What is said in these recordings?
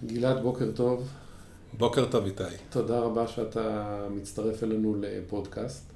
גלעד, בוקר טוב. בוקר טוב איתי. תודה רבה שאתה מצטרף אלינו לפודקאסט.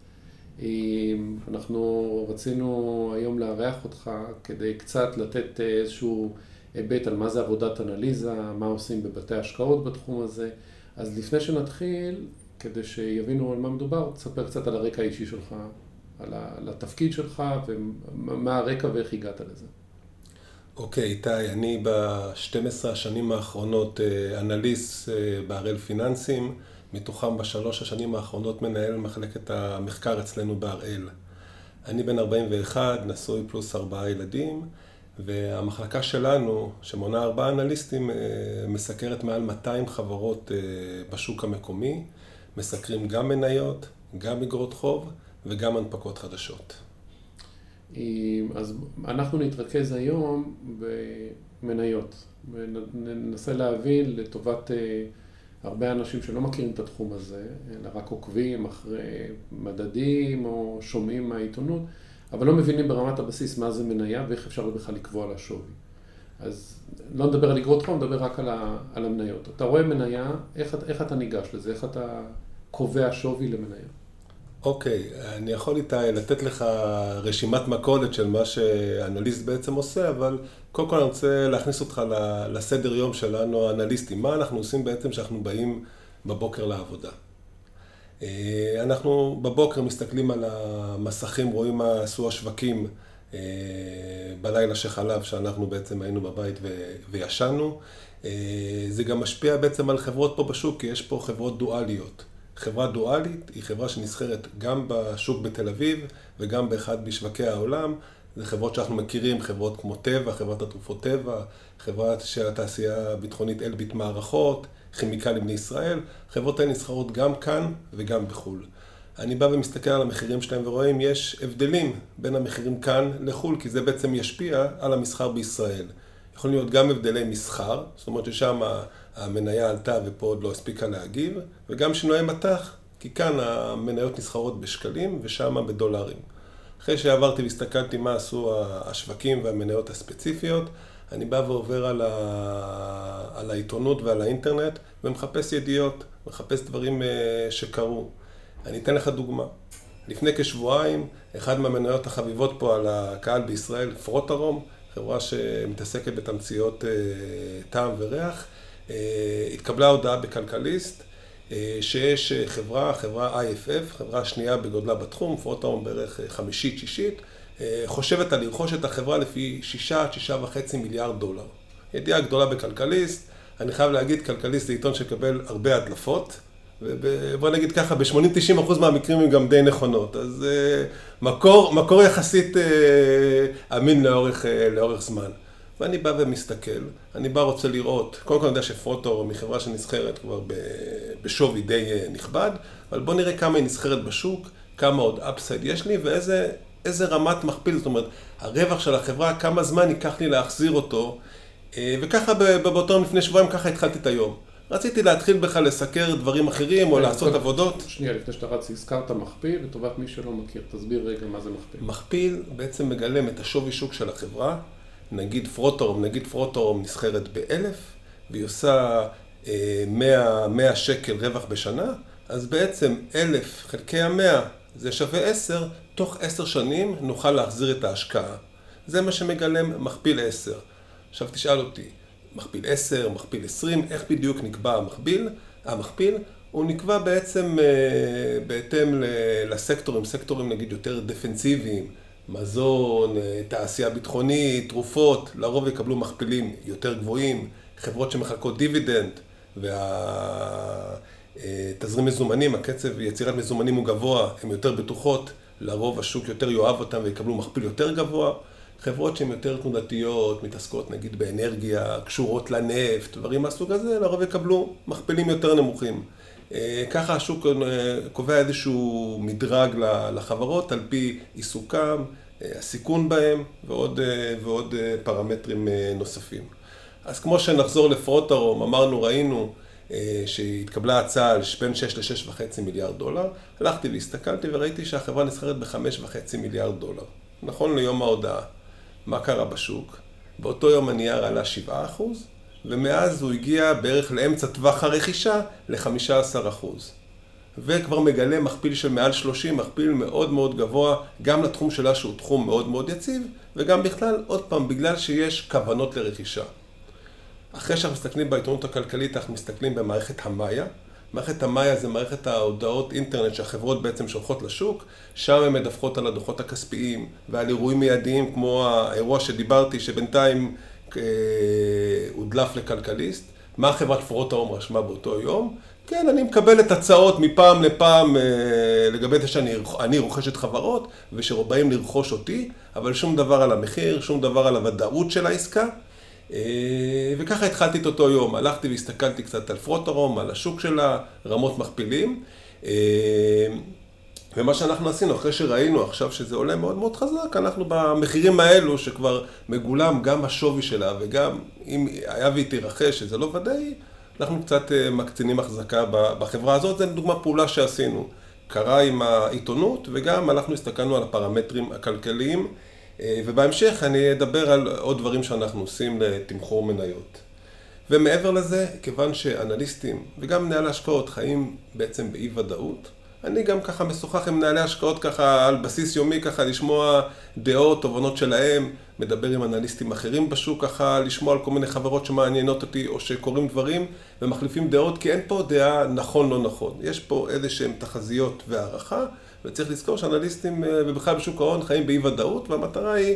אנחנו רצינו היום לארח אותך כדי קצת לתת איזשהו היבט על מה זה עבודת אנליזה, מה עושים בבתי השקעות בתחום הזה. אז לפני שנתחיל, כדי שיבינו על מה מדובר, תספר קצת על הרקע האישי שלך, על התפקיד שלך ומה הרקע ואיך הגעת לזה. אוקיי, איתי, אני ב-12 השנים האחרונות אנליסט בהראל פיננסים, מתוכם בשלוש השנים האחרונות מנהל מחלקת המחקר אצלנו בהראל. אני בן 41, נשוי פלוס 4 ילדים, והמחלקה שלנו, שמונה 4 אנליסטים, מסקרת מעל 200 חברות בשוק המקומי, מסקרים גם מניות, גם אגרות חוב וגם הנפקות חדשות. אז אנחנו נתרכז היום במניות, וננסה להבין לטובת הרבה אנשים שלא מכירים את התחום הזה, אלא רק עוקבים אחרי מדדים או שומעים מהעיתונות, אבל לא מבינים ברמת הבסיס מה זה מניה ואיך אפשר בכלל לקבוע על השווי. אז לא נדבר על אגרות חוב, נדבר רק על המניות. אתה רואה מניה, איך אתה ניגש לזה? איך אתה קובע שווי למניה? אוקיי, אני יכול איתי לתת לך רשימת מכולת של מה שאנליסט בעצם עושה, אבל קודם כל אני רוצה להכניס אותך לסדר יום שלנו, האנליסטים. מה אנחנו עושים בעצם שאנחנו באים בבוקר לעבודה? אנחנו בבוקר מסתכלים על המסכים, רואים מה עשו השווקים בלילה שחלב, שאנחנו בעצם היינו בבית וישנו. זה גם משפיע בעצם על חברות פה בשוק, כי יש פה חברות דואליות. חברה דואלית היא חברה שנסחרת גם בשוק בתל אביב וגם באחד בשווקי העולם. זה חברות שאנחנו מכירים, חברות כמו טבע, חברת התרופות טבע, חברת של התעשייה הביטחונית אלביט מערכות, כימיקלים לישראל. חברות האלה נסחרות גם כאן וגם בחול. אני בא ומסתכל על המחירים שלהם ורואים יש הבדלים בין המחירים כאן לחול, כי זה בעצם ישפיע על המסחר בישראל. יכולים להיות גם הבדלי מסחר, זאת אומרת ששם המניה עלתה ופה עוד לא הספיקה להגיב, וגם שינויי מטח, כי כאן המניות נסחרות בשקלים ושם בדולרים. אחרי שעברתי והסתכלתי מה עשו השווקים והמניות הספציפיות, אני בא ועובר על העיתונות ועל האינטרנט ומחפש ידיעות, מחפש דברים שקרו. אני אתן לך דוגמה. לפני כשבועיים, אחד מהמניות החביבות פה על הקהל בישראל, פרוטרום, חברה שמתעסקת בתמציות טעם וריח, התקבלה הודעה בכלכליסט שיש חברה IFF, חברה שנייה בגודלה בתחום, פרוטרום בערך חמישית, שישית, חושבת על לרכוש את החברה לפי 6-6.5 מיליארד דולר. ידיעה גדולה בכלכליסט, אני חייב להגיד, כלכליסט זה עיתון שקבל הרבה הדלפות, ובוא נגיד ככה, ב-80-90% מהמקרים הם גם די נכונות, אז מקור יחסית אמין לאורך זמן. ואני בא ומסתכל, אני בא רוצה לראות, קודם כל אני יודע שפרוטרום היא חברה שנסחרת כבר בשווי די נכבד, אבל בוא נראה כמה היא נסחרת בשוק, כמה עוד אפסייד יש לי, ואיזה רמת מכפיל, זאת אומרת, הרווח של החברה, כמה זמן ייקח לי להחזיר אותו, וככה באותו יום לפני שבועיים, ככה התחלתי את היום. רציתי להתחיל בכלל לסקר דברים אחרים או לעשות עבודות. שנייה, לפני שאתה רץ, הזכרת מכפיל, לטובת מי שלא מכיר, תסביר רגע מה זה מכפיל. מכפיל בעצם מגלם את השווי שוק של החברה, נגיד פרוטרום נסחרת ב-1,000, והיא עושה 100 שקל רווח בשנה, אז בעצם 1,000 חלקי 100 זה שווה 10, תוך 10 שנים נוכל להחזיר את ההשקעה. זה מה שמגלם מכפיל 10. עכשיו תשאל אותי, מכפיל 10, מכפיל 20, איך בדיוק נקבע המכפיל? המכפיל הוא נקבע בעצם בהתאם לסקטורים, סקטורים נגיד יותר דפנסיביים, מזון, תעשייה ביטחונית, תרופות, לרוב יקבלו מכפילים יותר גבוהים, חברות שמחלקות דיבידנד והתזרים מזומנים, הקצב יצירת מזומנים הוא גבוה, הן יותר בטוחות, לרוב השוק יותר יאהב אותם ויקבלו מכפיל יותר גבוה. חברות שהן יותר תנודתיות, מתעסקות נגיד באנרגיה, קשורות לנפט, דברים מהסוג הזה, לרוב יקבלו מכפילים יותר נמוכים. ככה השוק קובע איזשהו מדרג לחברות על פי עיסוקם, הסיכון בהם ועוד פרמטרים נוספים. אז כמו שנחזור לפרוטרום, ראינו שהתקבלה הצעה על בין 6 ל-6.5 מיליארד דולר, הלכתי והסתכלתי וראיתי שהחברה נסחרת ב-5.5 מיליארד דולר. נכון ליום ההודעה. מה קרה בשוק? באותו יום הנייר עלה 7%, ומאז הוא הגיע בערך לאמצע טווח הרכישה ל-15%. וכבר מגלה מכפיל של מעל 30, מכפיל מאוד מאוד גבוה, גם לתחום שלה שהוא תחום מאוד מאוד יציב, וגם בכלל, עוד פעם, בגלל שיש כוונות לרכישה. אחרי שאנחנו מסתכלים בעיתונות הכלכלית, אנחנו מסתכלים במערכת המאיה. מערכת המאיה זה מערכת ההודעות אינטרנט שהחברות בעצם שולחות לשוק, שם הן מדווחות על הדוחות הכספיים ועל אירועים מיידיים, כמו האירוע שדיברתי, שבינתיים הודלף לכלכליסט. מה חברת פרוט ההום רשמה באותו יום? כן, אני מקבל את הצעות מפעם לפעם לגבי זה שאני רוכשת חברות ושבאים לרכוש אותי, אבל שום דבר על המחיר, שום דבר על הוודאות של העסקה. וככה התחלתי את אותו יום, הלכתי והסתכלתי קצת על פרוט ההום, על השוק שלה, רמות מכפילים. ומה שאנחנו עשינו, אחרי שראינו עכשיו שזה עולה מאוד מאוד חזק, אנחנו במחירים האלו שכבר מגולם גם השווי שלה, וגם אם היה והיא תירחש, שזה לא ודאי, אנחנו קצת מקצינים החזקה בחברה הזאת. זה דוגמה פעולה שעשינו. קרה עם העיתונות, וגם אנחנו הסתכלנו על הפרמטרים הכלכליים, ובהמשך אני אדבר על עוד דברים שאנחנו עושים לתמחור מניות. ומעבר לזה, כיוון שאנליסטים וגם מנהלי השקעות חיים בעצם באי ודאות, אני גם ככה משוחח עם מנהלי השקעות ככה על בסיס יומי, ככה לשמוע דעות, תובנות שלהם, מדבר עם אנליסטים אחרים בשוק, ככה לשמוע על כל מיני חברות שמעניינות אותי או שקוראים דברים ומחליפים דעות, כי אין פה דעה נכון לא נכון. יש פה איזשהם תחזיות והערכה, וצריך לזכור שאנליסטים ובכלל בשוק ההון חיים באי ודאות, והמטרה היא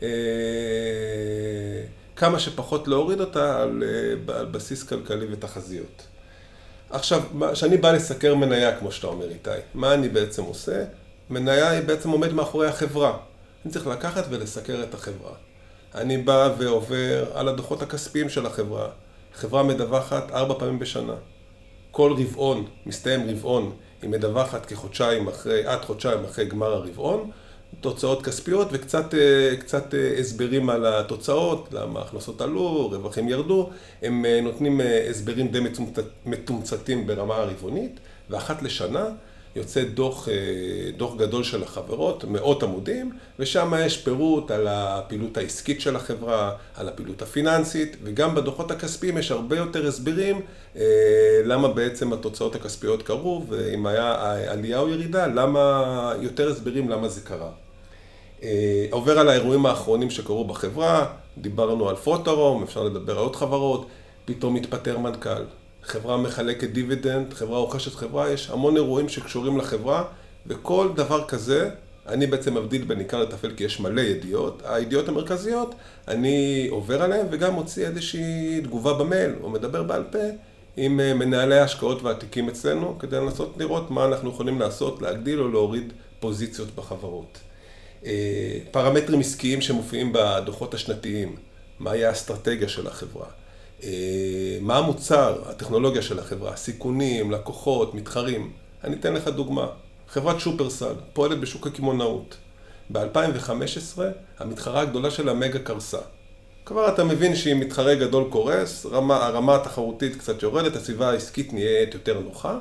כמה שפחות להוריד אותה על בסיס כלכלי ותחזיות. עכשיו, כשאני בא לסקר מניה, כמו שאתה אומר איתי, מה אני בעצם עושה? מניה היא בעצם עומד מאחורי החברה. אני צריך לקחת ולסקר את החברה. אני בא ועובר על הדוחות הכספיים של החברה. חברה מדווחת 4 פעמים בשנה. כל רבעון, מסתיים רבעון, היא מדווחת כחודשיים עד חודשיים אחרי גמר הרבעון, תוצאות כספיות וקצת הסברים על התוצאות, למה ההכנסות עלו, רווחים ירדו. הם נותנים הסברים די מתומצתים ברמה הרבעונית, ואחת לשנה יוצא דוח גדול של החברות, מאות עמודים, ושם יש פירוט על הפעילות העסקית של החברה, על הפעילות הפיננסית, וגם בדוחות הכספיים יש הרבה יותר הסברים למה בעצם התוצאות הכספיות קרו, ואם היה עלייה או ירידה, יותר הסברים למה זה קרה. עובר על האירועים האחרונים שקרו בחברה, דיברנו על פרוט ההום, אפשר לדבר על עוד חברות, פתאום מתפטר מנכ"ל. חברה מחלקת דיבידנד, חברה רוכשת חברה, יש המון אירועים שקשורים לחברה, וכל דבר כזה, אני בעצם מבדיל בין עיקר לטפל, כי יש מלא ידיעות. הידיעות המרכזיות, אני עובר עליהן וגם מוציא איזושהי תגובה במייל, או מדבר בעל פה, עם מנהלי ההשקעות והעתיקים אצלנו, כדי לנסות לראות מה אנחנו יכולים לעשות, להגדיל או להוריד פוזיציות בחברות. פרמטרים עסקיים שמופיעים בדוחות השנתיים, מהי האסטרטגיה של החברה. מה המוצר, הטכנולוגיה של החברה, סיכונים, לקוחות, מתחרים. אני אתן לך דוגמה. חברת שופרסל פועלת בשוק הקמעונאות. ב-2015 המתחרה הגדולה של המגה קרסה. כבר אתה מבין שאם מתחרה גדול קורס, הרמה התחרותית קצת יורדת, הסביבה העסקית נהיית יותר נוחה.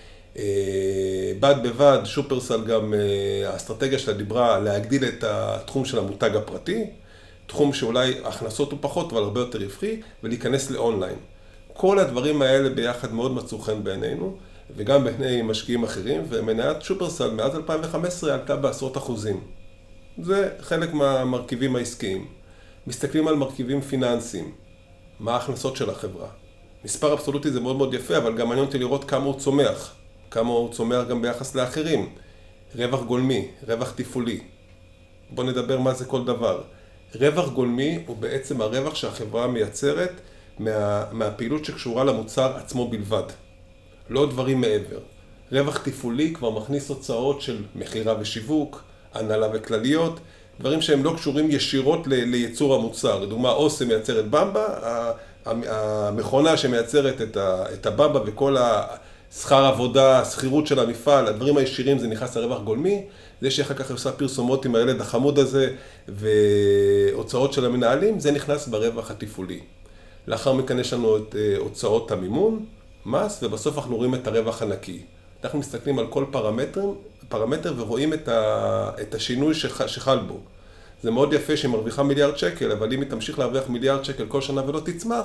בד בבד שופרסל גם האסטרטגיה שלה דיברה להגדיל את התחום של המותג הפרטי, תחום שאולי הכנסות הוא פחות, אבל הרבה יותר רווחי, ולהיכנס לאונליין. כל הדברים האלה ביחד מאוד מצאו חן בעינינו, וגם בעיני משקיעים אחרים, ומניית שופרסל מאז 2015 עלתה בעשרות אחוזים. זה חלק מהמרכיבים העסקיים. מסתכלים על מרכיבים פיננסיים, מה ההכנסות של החברה. מספר אבסולוטי זה מאוד מאוד יפה, אבל גם מעניין אותי לראות כמה הוא צומח. כמה הוא צומח גם ביחס לאחרים. רווח גולמי, רווח תפעולי. בוא נדבר מה זה כל דבר. רווח גולמי הוא בעצם הרווח שהחברה מייצרת מהפעילות שקשורה למוצר עצמו בלבד. לא דברים מעבר. רווח תפעולי כבר מכניס הוצאות של מחירה ושיווק, הנהלה וכלליות, דברים שהם לא קשורים ישירות לייצור המוצר. לדוגמה, אוסם מייצרת במבה, המכונה שמייצרת את הבמבה וכל השכר עבודה, השכירות של המפעל, הדברים הישירים זה נכנס לרווח גולמי, זה שאחר כך עושה פרסומות עם הילד החמוד הזה והוצאות של המנהלים, זה נכנס ברווח התפעולי. לאחר מכן יש לנו את הוצאות המימון, מס, ובסוף אנחנו רואים את הרווח הנקי. אנחנו מסתכלים על כל פרמטר ורואים את השינוי שחל בו. זה מאוד יפה שהיא מרוויחה מיליארד שקל, אבל אם היא תמשיך להרוויח מיליארד שקל כל שנה ולא תצמח,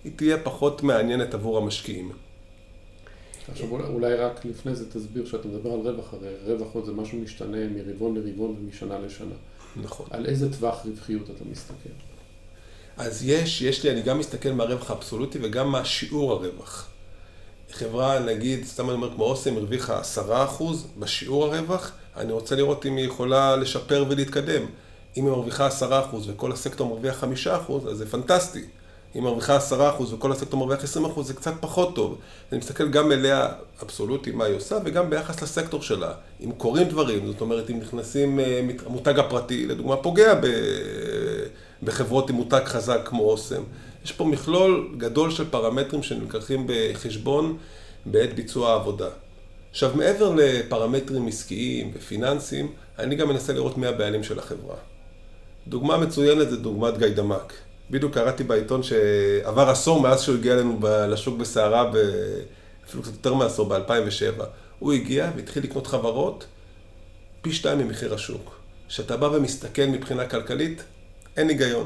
היא תהיה פחות מעניינת עבור המשקיעים. עכשיו אולי רק לפני זה תסביר שאתה מדבר על רווח, הרי רווח זה משהו משתנה מרבעון לרבעון ומשנה לשנה. נכון. על איזה טווח רווחיות אתה מסתכל? אז יש לי, אני גם מסתכל מהרווח האבסולוטי וגם מהשיעור הרווח. חברה, נגיד, סתם אני אומר, כמו אוסם, הרוויחה 10% בשיעור הרווח, אני רוצה לראות אם היא יכולה לשפר ולהתקדם. אם היא מרוויחה 10% וכל הסקטור מרוויח 5%, אז זה פנטסטי. אם היא מרוויחה 10% וכל הסקטור מרוויח 20%, זה קצת פחות טוב. אני מסתכל גם אליה אבסולוטי מה היא עושה, וגם ביחס לסקטור שלה. אם קורים דברים, זאת אומרת, אם נכנסים, המותג הפרטי, לדוגמה, פוגע בחברות עם מותג חזק כמו אוסם. יש פה מכלול גדול של פרמטרים שנלקחים בחשבון בעת ביצוע העבודה. עכשיו, מעבר לפרמטרים עסקיים ופיננסיים, אני גם מנסה לראות מי הבעלים של החברה. דוגמה מצוינת זה דוגמת גיידמק. בדיוק קראתי בעיתון שעבר עשור מאז שהוא הגיע אלינו לשוק בסערה, אפילו קצת יותר מעשור, ב-2007. הוא הגיע והתחיל לקנות חברות פי 2 ממחיר השוק. כשאתה בא ומסתכל מבחינה כלכלית, אין היגיון.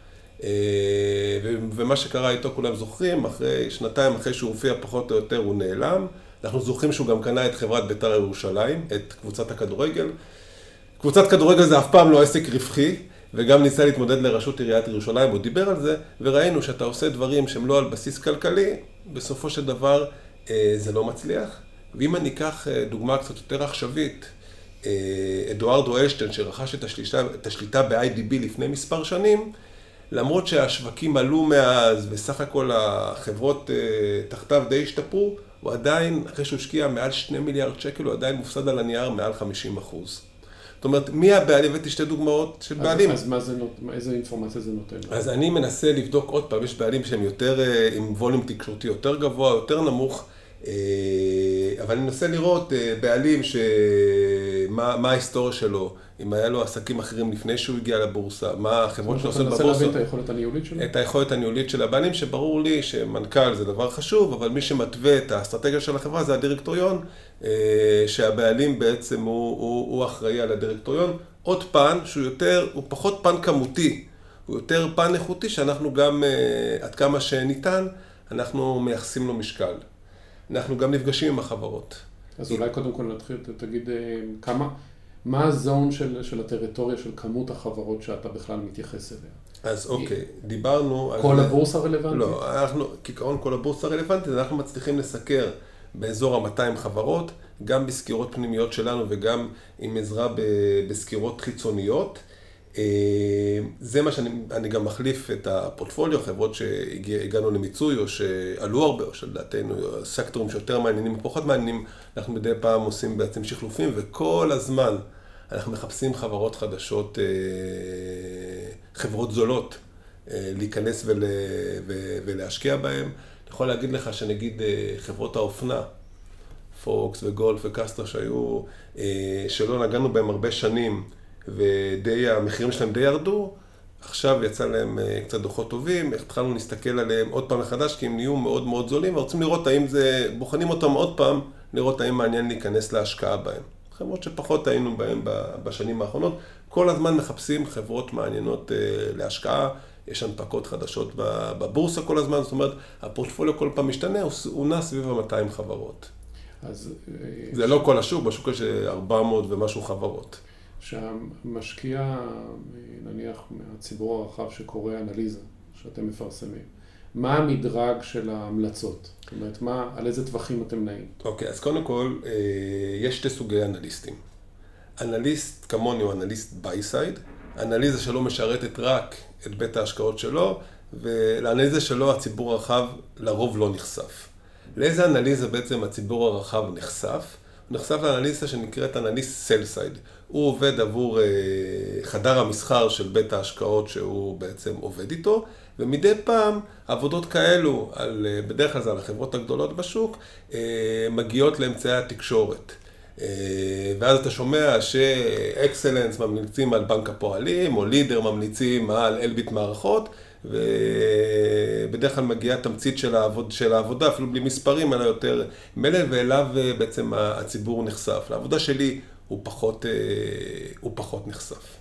ומה שקרה איתו כולם זוכרים, אחרי שנתיים אחרי שהוא הופיע פחות או יותר הוא נעלם. אנחנו זוכרים שהוא גם קנה את חברת בית"ר ירושלים, את קבוצת הכדורגל. קבוצת כדורגל זה אף פעם לא עסק רווחי, וגם ניסה להתמודד לראשות עיריית ירושלים, הוא דיבר על זה, וראינו שאתה עושה דברים שהם לא על בסיס כלכלי, בסופו של דבר זה לא מצליח. ואם אני אקח דוגמה קצת יותר עכשווית, אדוארדו אלשטיין שרכש את השליטה ב-IDB לפני מספר שנים, למרות שהשווקים עלו מאז וסך הכל החברות תחתיו די השתפרו, הוא עדיין, אחרי שהוא השקיע מעל 2 מיליארד שקל, הוא עדיין מופסד על הנייר מעל 50%. זאת אומרת, מי הבעלים? הבאתי שתי דוגמאות של בעלים. אז איזה אינפורמציה זה נותן? אז אני מנסה לבדוק עוד פעם, יש בעלים שהם יותר, עם ווליום תקשורתי יותר גבוה, יותר נמוך, אבל אני מנסה לראות בעלים מה ההיסטוריה שלו, אם היה לו עסקים אחרים לפני שהוא הגיע לבורסה, מה החברות שעושות בבורסה. אתה מנסה להבין את היכולת הניהולית שלו? את היכולת הניהולית של הבעלים, שברור לי שמנכ"ל זה דבר חשוב, אבל מי שמתווה את האסטרטגיה של החברה זה הדירקטוריון, שהבעלים בעצם הוא אחראי על הדירקטוריון. עוד פן הוא פחות פן כמותי, הוא יותר פן איכותי שאנחנו גם, עד כמה שניתן, אנחנו מייחסים לו משקל. אנחנו גם נפגשים עם החברות. אז אולי קודם כל נתחיל, תגיד מה הזון של הטריטוריה של כמות החברות שאתה בכלל מתייחס אליה? אז אוקיי, דיברנו... כל הבורסה רלוונטית? לא, כעיקרון כל הבורסה רלוונטית, אנחנו מצליחים לסקר באזור ה-200 חברות, גם בסקירות פנימיות שלנו וגם עם עזרה בסקירות חיצוניות. זה מה שאני גם מחליף את הפורטפוליו, חברות שהגענו למיצוי או שעלו הרבה, או שלדעתנו סקטורים שיותר מעניינים ופחות מעניינים, אנחנו מדי פעם עושים בעצם שחלופים, וכל הזמן אנחנו מחפשים חברות חדשות, חברות זולות, להיכנס ולהשקיע בהן. אני יכול להגיד לך שנגיד חברות האופנה, פוקס וגולף וקסטר שהיו, שלא נגענו בהם הרבה שנים, והמחירים שלהם די ירדו, עכשיו יצא להם קצת דוחות טובים, התחלנו להסתכל עליהם עוד פעם מחדש, כי הם נהיו מאוד מאוד זולים, ורוצים לראות האם בוחנים אותם עוד פעם, לראות האם מעניין להיכנס להשקעה בהם. חברות שפחות היינו בהם בשנים האחרונות, כל הזמן מחפשים חברות מעניינות להשקעה, יש הנפקות חדשות בבורסה כל הזמן, זאת אומרת, הפורטפוליו כל פעם משתנה, הוא נע סביב ה-200 חברות. זה לא כל השוק, בשוק יש 400 ומשהו חברות. שהמשקיע, נניח מהציבור הרחב שקורא אנליזה, שאתם מפרסמים, מה המדרג של ההמלצות? זאת אומרת, על איזה טווחים אתם נעים? אוקיי, אז קודם כל, יש שתי סוגי אנליסטים. אנליסט כמוני הוא אנליסט ביי-סייד, אנליזה שלו משרתת רק את בית ההשקעות שלו, ולאנליזה שלו הציבור הרחב לרוב לא נחשף. לאיזה אנליזה בעצם הציבור הרחב נחשף? הוא נחשף לאנליסטה שנקראת אנליסט סל-סייד. הוא עובד עבור חדר המסחר של בית ההשקעות שהוא בעצם עובד איתו, ומדי פעם עבודות כאלו, בדרך כלל זה על החברות הגדולות בשוק, מגיעות לאמצעי התקשורת. ואז אתה שומע שאקסלנס ממליצים על בנק הפועלים, או לידר ממליצים על אלביט מערכות, ובדרך כלל מגיעה תמצית של העבודה, אפילו בלי מספרים, אלא יותר מלל, ואליו בעצם הציבור נחשף. לעבודה שלי הוא פחות נחשף.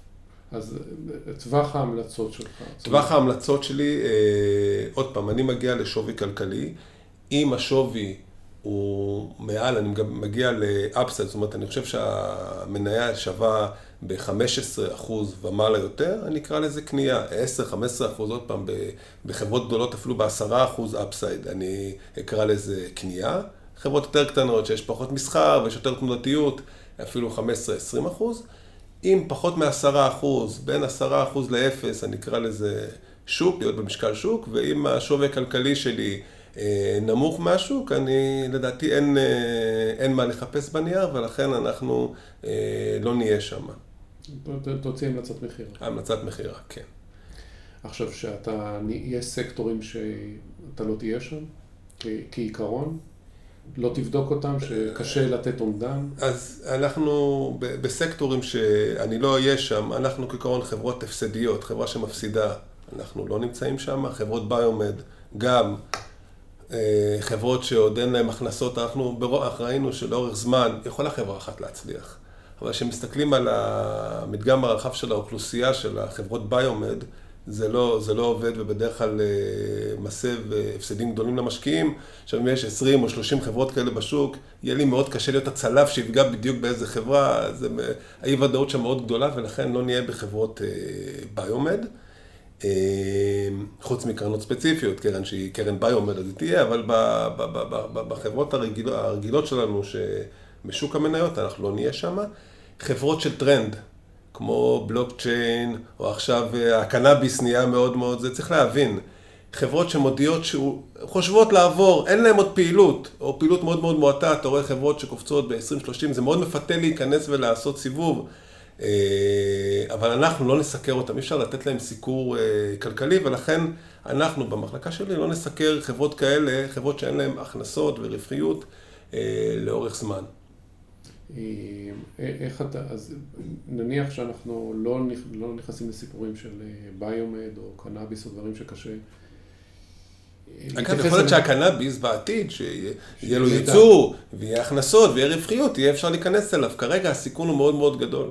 אז טווח ההמלצות שלך. טווח ההמלצות שלי, עוד פעם, אני מגיע לשווי כלכלי. אם השווי הוא מעל, אני גם מגיע לאפסייד, זאת אומרת, אני חושב שהמניה שווה ב-15% ומעלה יותר, אני אקרא לזה קנייה. 10-15% עוד פעם, בחברות גדולות אפילו ב-10% אפסייד, אני אקרא לזה קנייה. חברות יותר קטנות שיש פחות מסחר ויש יותר תנודתיות, אפילו 15-20%. אם פחות מ-10%, בין 10% ל-0, אני אקרא לזה שוק, להיות במשקל שוק, ואם השווי הכלכלי שלי נמוך מהשוק, לדעתי אין מה לחפש בנייר, ולכן אנחנו לא נהיה שם. תוציא המלצת מחירה. המלצת מחירה, כן. עכשיו, יש סקטורים שאתה לא תהיה שם, כעיקרון? לא תבדוק אותם, שקשה לתת אומדן? אז אנחנו בסקטורים שאני לא אהיה שם, אנחנו כעיקרון חברות הפסדיות, חברה שמפסידה, אנחנו לא נמצאים שם, חברות ביומד, גם חברות שעוד אין להם הכנסות, אנחנו ראינו שלאורך זמן יכולה חברה אחת להצליח. אבל כשמסתכלים על המדגם הרחב של האוכלוסייה של החברות ביומד, זה לא עובד, ובדרך כלל מסב הפסדים גדולים למשקיעים. עכשיו אם יש 20 או 30 חברות כאלה בשוק, יהיה לי מאוד קשה להיות הצלף שיפגע בדיוק באיזה חברה, האי ודאות שם מאוד גדולה, ולכן לא נהיה בחברות ביומד. חוץ מקרנות ספציפיות, קרן שהיא קרן ביומד, אז היא תהיה, אבל בחברות הרגילות שלנו שבשוק המניות אנחנו לא נהיה שם. חברות של טרנד, כמו בלוקצ'יין, או עכשיו הקנאביס נהיה מאוד מאוד, זה צריך להבין. חברות שמודיעות שחושבות לעבור, אין להן עוד פעילות, או פעילות מאוד מאוד מועטה, אתה רואה חברות שקופצות ב-20-30, זה מאוד מפתה להיכנס ולעשות סיבוב, אבל אנחנו לא נסקר אותם, אי אפשר לתת להם סיקור כלכלי, ולכן אנחנו במחלקה שלי לא נסקר חברות כאלה, חברות שאין להן הכנסות ורווחיות לאורך זמן. איך אתה, אז נניח שאנחנו לא נכנסים לסיפורים של ביומד או קנאביס או דברים שקשה. אגב, יכול להיות שהקנאביס בעתיד, שיהיה לו ייצור ויהיה הכנסות ויהיה רווחיות, יהיה אפשר להיכנס אליו. כרגע הסיכון הוא מאוד מאוד גדול.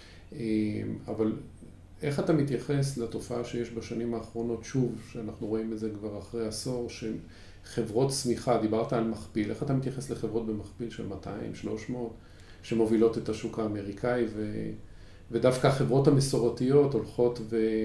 אבל איך אתה מתייחס לתופעה שיש בשנים האחרונות, שוב, שאנחנו רואים את זה כבר אחרי עשור, שחברות צמיחה, דיברת על מכפיל, איך אתה מתייחס לחברות במכפיל של 200, 300, שמובילות את השוק האמריקאי, ודווקא החברות המסורתיות הולכות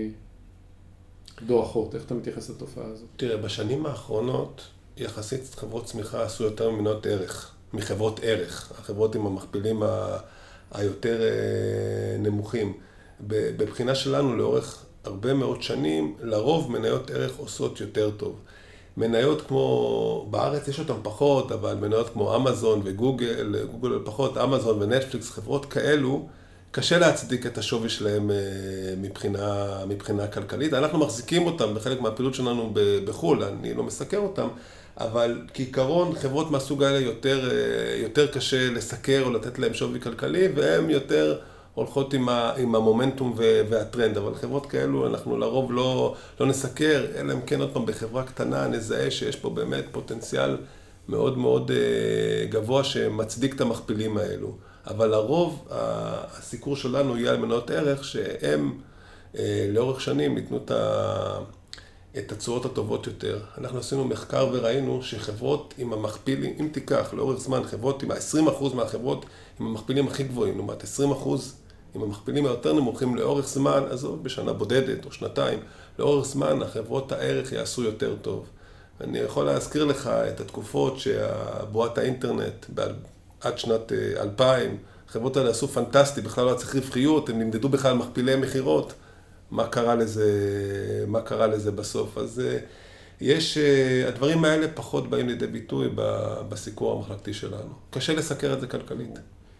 ודואחות. איך אתה מתייחס לתופעה הזאת? תראה, בשנים האחרונות, יחסית חברות צמיחה עשו יותר ממנות ערך, מחברות ערך, החברות עם המכפילים היותר נמוכים. בבחינה שלנו, לאורך הרבה מאוד שנים, לרוב מניות ערך עושות יותר טוב. מניות כמו, בארץ יש אותם פחות, אבל מניות כמו אמזון וגוגל, גוגל פחות, אמזון ונטפליקס, חברות כאלו, קשה להצדיק את השווי שלהם מבחינה כלכלית. אנחנו מחזיקים אותם בחלק מהפעילות שלנו בחו"ל, אני לא מסקר אותם, אבל כעיקרון חברות מהסוג האלה יותר קשה לסקר או לתת להם שווי כלכלי, והן יותר הולכות עם המומנטום והטרנד, אבל חברות כאלו אנחנו לרוב לא נסקר, אלא אם כן עוד פעם בחברה קטנה נזהה שיש פה באמת פוטנציאל מאוד מאוד גבוה שמצדיק את המכפילים האלו. אבל לרוב הסיקור שלנו יהיה על מניות ערך שהם לאורך שנים ייתנו את התשואות הטובות יותר. אנחנו עשינו מחקר וראינו שחברות עם המכפילים, אם תיקח לאורך זמן חברות עם 20% מהחברות עם המכפילים הכי גבוהים, לעומת 20% עם המכפילים היותר נמוכים לאורך זמן, אז בשנה בודדת או שנתיים, לאורך זמן החברות הערך יעשו יותר טוב. אני יכול להזכיר לך את התקופות שהבועת האינטרנט עד שנת 2000, החברות האלה עשו פנטסטי, בכלל לא צריך רווחיות, הם נמדדו בכלל מכפילי מחירות, מה קרה לזה בסוף. אז הדברים האלה פחות באים לידי ביטוי בסיקור המחלקתי שלנו. קשה לסקר את זה כלכלית.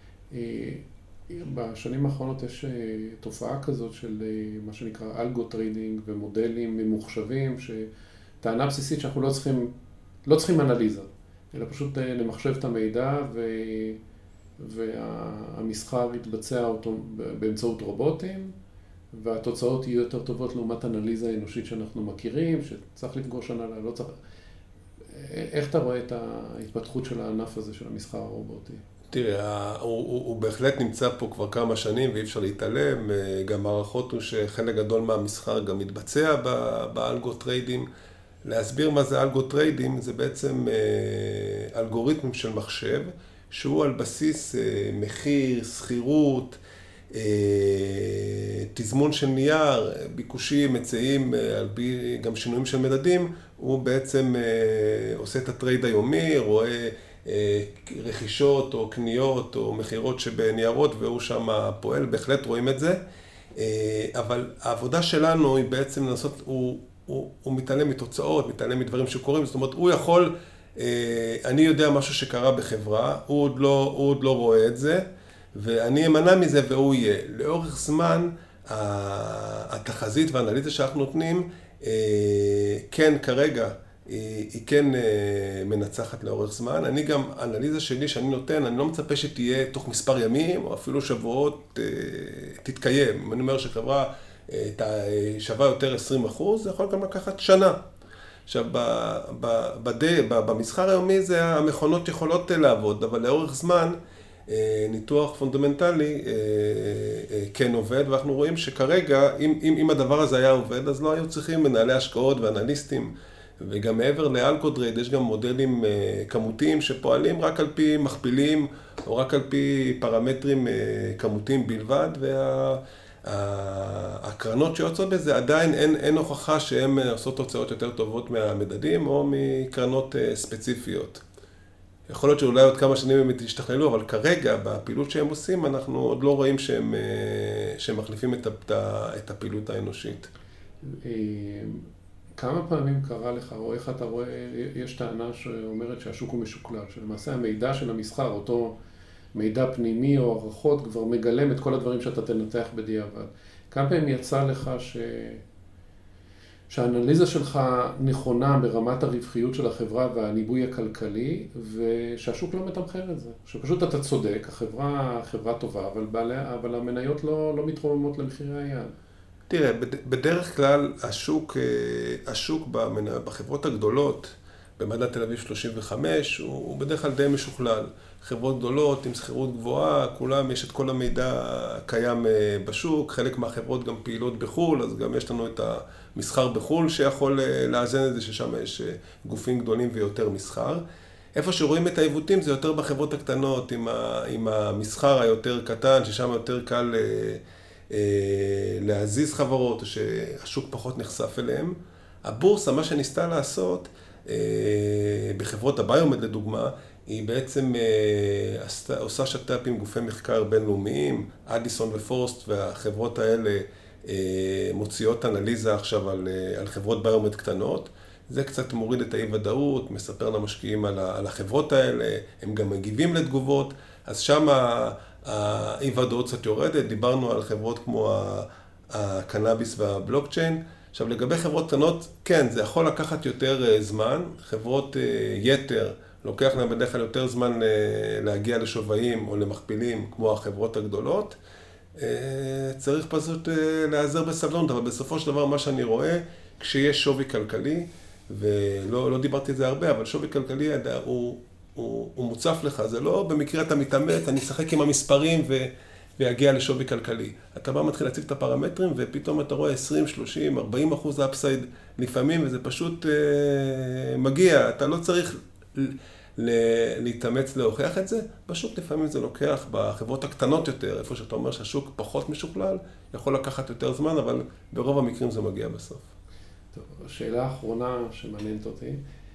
בשנים האחרונות יש תופעה כזאת של מה שנקרא אלגו טריידינג ומודלים ממוחשבים, שטענה בסיסית שאנחנו לא צריכים אנליזה, אלא פשוט למחשב את המידע והמסחר יתבצע אותו באמצעות רובוטים, והתוצאות יהיו יותר טובות לעומת אנליזה אנושית שאנחנו מכירים, שצריך לפגוש הנהלה, לא צריך. איך אתה רואה את ההתפתחות של הענף הזה של המסחר הרובוטי? תראה, הוא בהחלט נמצא פה כבר כמה שנים ואי אפשר להתעלם. גם הערכות הוא שחלק גדול מהמסחר גם מתבצע באלגו טריידים. להסביר מה זה אלגו טריידים, זה בעצם אלגוריתמים של מחשב, שהוא על בסיס מחיר, שכירות, תזמון של נייר, ביקושים, מצעים, על פי גם שינויים של מדדים, הוא בעצם עושה את הטרייד היומי, רואה רכישות או קניות או מחירות שבניירות, והוא שם פועל, בהחלט רואים את זה. אבל העבודה שלנו היא בעצם לנסות, הוא מתעלם מתוצאות, מתעלם מדברים שקורים, זאת אומרת, הוא יכול, אני יודע משהו שקרה בחברה, הוא עוד לא רואה את זה, ואני אמנע מזה והוא יהיה. לאורך זמן, התחזית והאנליזה שאנחנו נותנים, כן, כרגע, היא כן מנצחת לאורך זמן. אני גם, האנליזה שלי שאני נותן, אני לא מצפה שתהיה תוך מספר ימים, או אפילו שבועות, תתקיים. אם אני אומר שחברה שווה יותר 20%, זה יכול גם לקחת שנה. עכשיו, במסחר היומי זה המכונות יכולות לעבוד, אבל לאורך זמן, ניתוח פונדמנטלי כן עובד, ואנחנו רואים שכרגע, אם הדבר הזה היה עובד, אז לא היו צריכים מנהלי השקעות ואנליסטים, וגם מעבר לאלגו-טרייד, יש גם מודלים כמותיים שפועלים רק על פי מכפילים, או רק על פי פרמטרים כמותיים בלבד, והקרנות שיוצאות בזה עדיין אין הוכחה שהן עושות תוצאות יותר טובות מהמדדים, או מקרנות ספציפיות. יכול להיות שאולי עוד כמה שנים הם ישתכללו, אבל כרגע, בפעילות שהם עושים, אנחנו עוד לא רואים שהם מחליפים את הפעילות האנושית. כמה פעמים קרה לך, או איך אתה רואה, יש טענה שאומרת שהשוק הוא משוקלל, שלמעשה המידע של המסחר, אותו מידע פנימי או הערכות, כבר מגלם את כל הדברים שאתה תנתח בדיעבד. כמה פעמים יצא לך שהאנליזה שלך נכונה ברמת הרווחיות של החברה והניבוי הכלכלי, ושהשוק לא מתמחר את זה. שפשוט אתה צודק, החברה טובה, אבל המניות לא מתרוממות למחירי היעד. תראה, בדרך כלל השוק בחברות הגדולות, במדד תל אביב 35, הוא בדרך כלל די משוכלל. חברות גדולות עם שכירות גבוהה, כולם יש את כל המידע קיים בשוק, חלק מהחברות גם פעילות בחול, אז גם יש לנו את המסחר בחול שיכול לאזן את זה, ששם יש גופים גדולים ויותר מסחר. איפה שרואים את העיוותים זה יותר בחברות הקטנות, עם המסחר היותר קטן, ששם יותר קל להזיז חברות, או שהשוק פחות נחשף אליהם. הבורסה, מה שניסתה לעשות, בחברות הביומד לדוגמה, היא בעצם עושה שת"פ עם גופי מחקר בינלאומיים, אדיסון ופורסט, והחברות האלה מוציאות אנליזה עכשיו על חברות ביומד קטנות. זה קצת מוריד את האי-ודאות, מספר למשקיעים על החברות האלה, הם גם מגיבים לתגובות, אז שם האי-ודאות קצת יורדת. דיברנו על חברות כמו הקנאביס והבלוקצ'יין. עכשיו, לגבי חברות קטנות, כן, זה יכול לקחת יותר זמן. חברות יתר, לוקח להם בדרך כלל יותר זמן להגיע לשווים או למכפילים כמו החברות הגדולות. צריך פשוט להיעזר בסבלנות, אבל בסופו של דבר מה שאני רואה, כשיש שווי כלכלי, ולא דיברתי את זה הרבה, אבל שווי כלכלי הוא מוצף לך. זה לא במקרה אתה מתאמץ, אני אשחק עם המספרים ויגיע לשווי כלכלי. אתה בא מתחיל להציב את הפרמטרים, ופתאום אתה רואה 20, 30, 40% אפסייד לפעמים, וזה פשוט מגיע. אתה לא צריך להתאמץ להוכיח את זה, פשוט לפעמים זה לוקח בחברות הקטנות יותר, איפה שאתה אומר שהשוק פחות משוכלל, יכול לקחת יותר זמן, אבל ברוב המקרים זה מגיע בסוף. טוב, השאלה האחרונה שמעניינת אותי,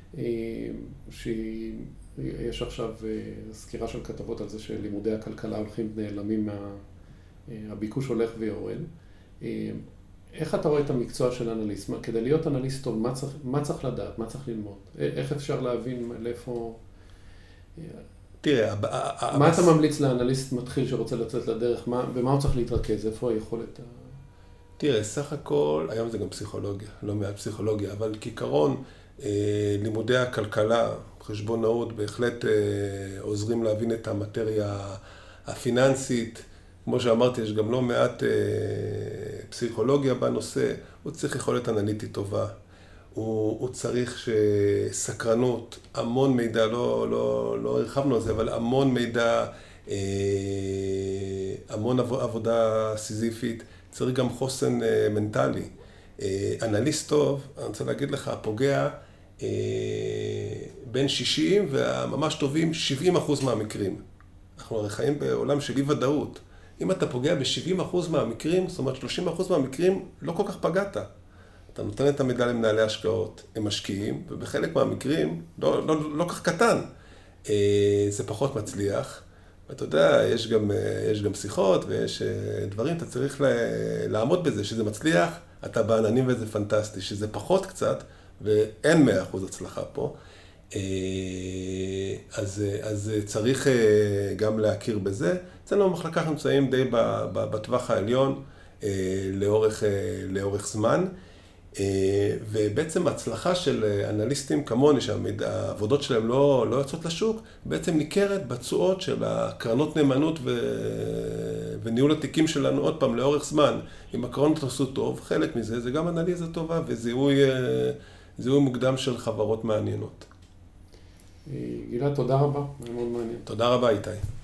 שיש עכשיו סקירה של כתבות על זה שלימודי הכלכלה הולכים נעלמים הביקוש הולך ויורד. איך אתה רואה את המקצוע של אנליסט? כדי להיות אנליסט טוב, מה צריך לדעת? מה צריך ללמוד? איך אפשר להבין לאיפה... תראה, מה אתה ממליץ לאנליסט מתחיל שרוצה לצאת לדרך? במה הוא צריך להתרכז? איפה היכולת? תראה, סך הכל, היום זה גם פסיכולוגיה, לא מעט פסיכולוגיה, אבל כעיקרון, לימודי הכלכלה, חשבונאות, בהחלט עוזרים להבין את המטריה הפיננסית. כמו שאמרתי, יש גם לא מעט פסיכולוגיה בנושא. הוא צריך יכולת אנליטית טובה. הוא צריך סקרנות, המון מידע, לא הרחבנו על זה, אבל המון מידע, המון עבודה סיזיפית, צריך גם חוסן מנטלי. אנליסט טוב, אני רוצה להגיד לך, הפוגע בין 60 והממש טובים 70% מהמקרים. אנחנו הרי חיים בעולם של אי ודאות. אם אתה פוגע ב-70% מהמקרים, זאת אומרת 30% מהמקרים לא כל כך פגעת. אתה נותן את המידע למנהלי השקעות, הם משקיעים, ובחלק מהמקרים, לא כך קטן, זה פחות מצליח. ואתה יודע, יש גם שיחות ויש דברים, אתה צריך לעמוד בזה, שזה מצליח, אתה בעננים וזה פנטסטי, שזה פחות קצת, ואין 100% הצלחה פה. אז צריך גם להכיר בזה. אצלנו במחלקה אנחנו נמצאים די בטווח העליון לאורך זמן, ובעצם הצלחה של אנליסטים כמוני, שהעבודות שלהם לא יוצאות לשוק, בעצם ניכרת בתשואות של הקרנות נאמנות וניהול התיקים שלנו עוד פעם לאורך זמן. אם הקרנות עשו טוב, חלק מזה זה גם אנליזה טובה וזיהוי מוקדם של חברות מעניינות. גלעד, תודה רבה, זה מאוד מעניין. תודה רבה, איתי.